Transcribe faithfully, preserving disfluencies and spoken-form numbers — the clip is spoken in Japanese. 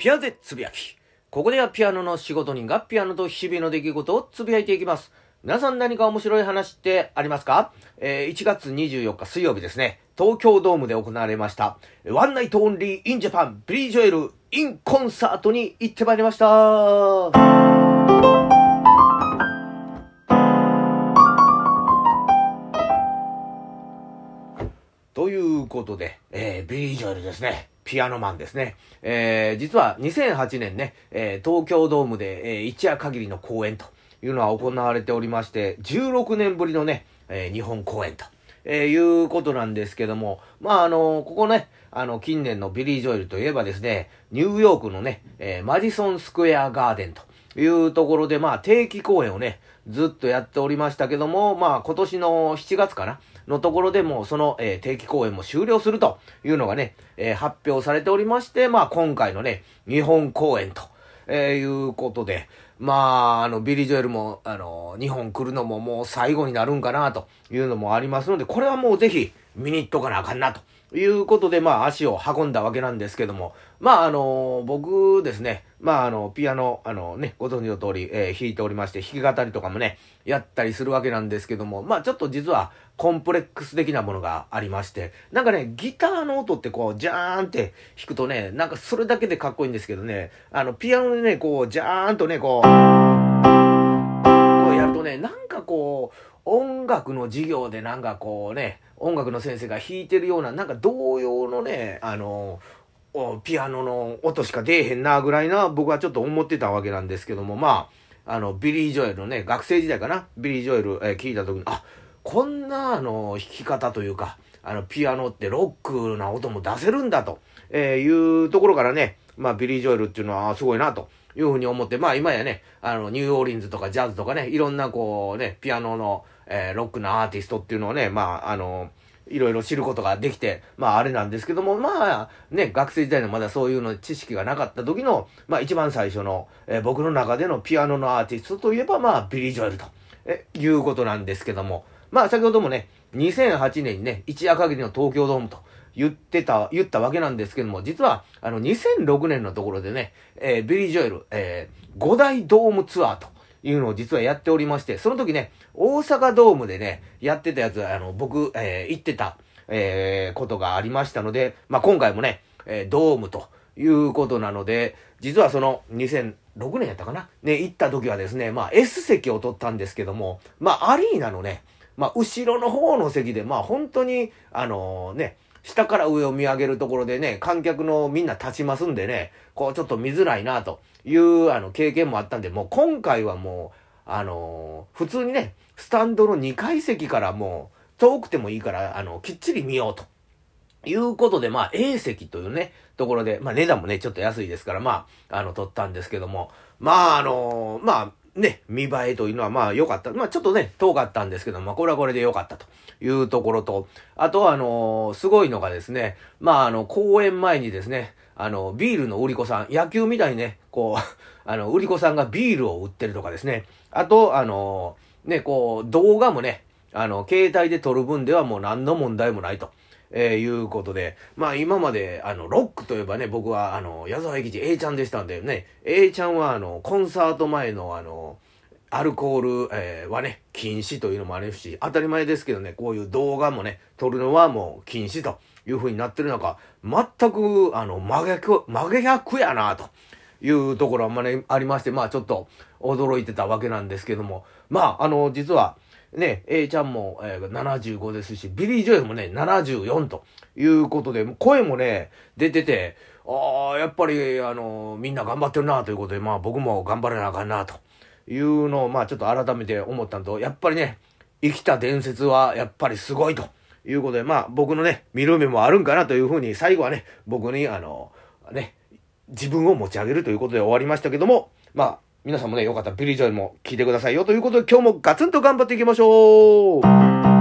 ピアノでつぶやき。ここではピアノの仕事人がピアノと日々の出来事をつぶやいていきます。皆さん何か面白い話ってありますか？えー、いちがつにじゅうよっか水曜日ですね、東京ドームで行われましたワンナイトオンリーインジャパンビリー・ジョエルインコンサートに行ってまいりました。ということで、えー、ビリー・ジョエルですね。ピアノマンですね。えー、実はにせんはちねんね、えー、東京ドームで、えー、一夜限りの公演というのは行われておりまして、じゅうろくねんぶりのね、えー、日本公演と、えー、いうことなんですけども、まああのー、ここね、あの、近年のビリー・ジョエルといえばですね、ニューヨークのね、えー、マディソン・スクエア・ガーデンというところで、まあ定期公演をね、ずっとやっておりましたけども、まあ今年のしちがつかなのところでもうその、えー、定期公演も終了するというのがね、えー、発表されておりまして、まあ今回のね、日本公演と、えー、いうことで、まあ、あの、ビリー・ジョエルも、あの、日本来るのももう最後になるんかなというのもありますので、これはもうぜひ見に行っとかなあかんなということで、まあ足を運んだわけなんですけども、まああの、僕ですね、まああの、ピアノ、あのね、ご存知の通り、えー、弾いておりまして、弾き語りとかもね、やったりするわけなんですけども、まあちょっと実はコンプレックス的なものがありまして、なんかね、ギターの音ってこう、ジャーンって弾くとね、なんかそれだけでかっこいいんですけどね、あの、ピアノでね、こう、ジャーンとね、こう、こうやるとね、なんかこう、音楽の授業でなんかこうね、音楽の先生が弾いてるような、なんか童謡のね、あの、ピアノの音しか出えへんなぐらいな、僕はちょっと思ってたわけなんですけども、まあ、あの、ビリー・ジョエルのね、学生時代かな、ビリー・ジョエル、えー、聞いた時に、あ、こんな、あの、弾き方というか、あの、ピアノってロックな音も出せるんだと、えー、いうところからね、まあ、ビリー・ジョエルっていうのはすごいなというふうに思って、まあ、今やね、あの、ニューオーリンズとかジャズとかね、いろんなこうね、ピアノの、えー、ロックなアーティストっていうのをね、まあ、あの、いろいろ知ることができて、まああれなんですけども、まあね、学生時代のまだそういうの知識がなかった時の、まあ一番最初の、えー、僕の中でのピアノのアーティストといえば、まあビリー・ジョエルと、えー、いうことなんですけども、まあ先ほどもね、にせんはちねんにね、一夜限りの東京ドームと言ってた、言ったわけなんですけども、実はあのにせんろくねんのところでね、えー、ビリー・ジョエル、えー、ご大ドームツアーと、いうのを実はやっておりまして、その時ね、大阪ドームでね、やってたやつ、あの、僕、えー、行ってた、えー、ことがありましたので、まあ、今回もね、えー、ドームということなので、実はそのにせんろくねんやったかなね、行った時はですね、まあ、S 席を取ったんですけども、まあ、アリーナのね、まあ、後ろの方の席で、まあ、本当に、あのー、ね、下から上を見上げるところでね、観客のみんな立ちますんでね、こうちょっと見づらいなというあの経験もあったんで、もう今回はもう、あのー、普通にね、スタンドのにかい席からもう遠くてもいいから、あの、きっちり見ようと。いうことで、まあ A 席というね、ところで、まあ値段もね、ちょっと安いですから、まあ、あの、取ったんですけども、まああのー、まあ、ね、見栄えというのはまあ良かった。まあちょっとね、遠かったんですけども、まあこれはこれで良かったというところと、あとはあのー、すごいのがですね、まああの、公演前にですね、あの、ビールの売り子さん、野球みたいにね、こう、あの、売り子さんがビールを売ってるとかですね、あと、あのー、ね、こう、動画もね、あの、携帯で撮る分ではもう何の問題もないと。えー、いうことで、まあ今まで、あの、ロックといえばね、僕は、あの、矢沢永吉 A ちゃんでしたんでね、A ちゃんは、あの、コンサート前の、あの、アルコール、えー、はね、禁止というのもあるし、当たり前ですけどね、こういう動画もね、撮るのはもう禁止という風になってる中、全く、あの、真逆、真逆やな、というところは、まあね、ありまして、まあちょっと驚いてたわけなんですけども、まあ、あの、実は、ね、A ちゃんも、えー、ななじゅうごですし、ビリー・ジョエルもね、ななじゅうよんということで、声もね、出てて、ああ、やっぱり、あの、みんな頑張ってるなということで、まあ僕も頑張らなあかんなというのを、まあちょっと改めて思ったのと、やっぱりね、生きた伝説はやっぱりすごいということで、まあ僕のね、見る目もあるんかなというふうに、最後はね、僕に、あの、ね、自分を持ち上げるということで終わりましたけども、まあ、皆さんもね、よかったらビリー・ジョエルも聞いてくださいよということで、今日もガツンと頑張っていきましょう。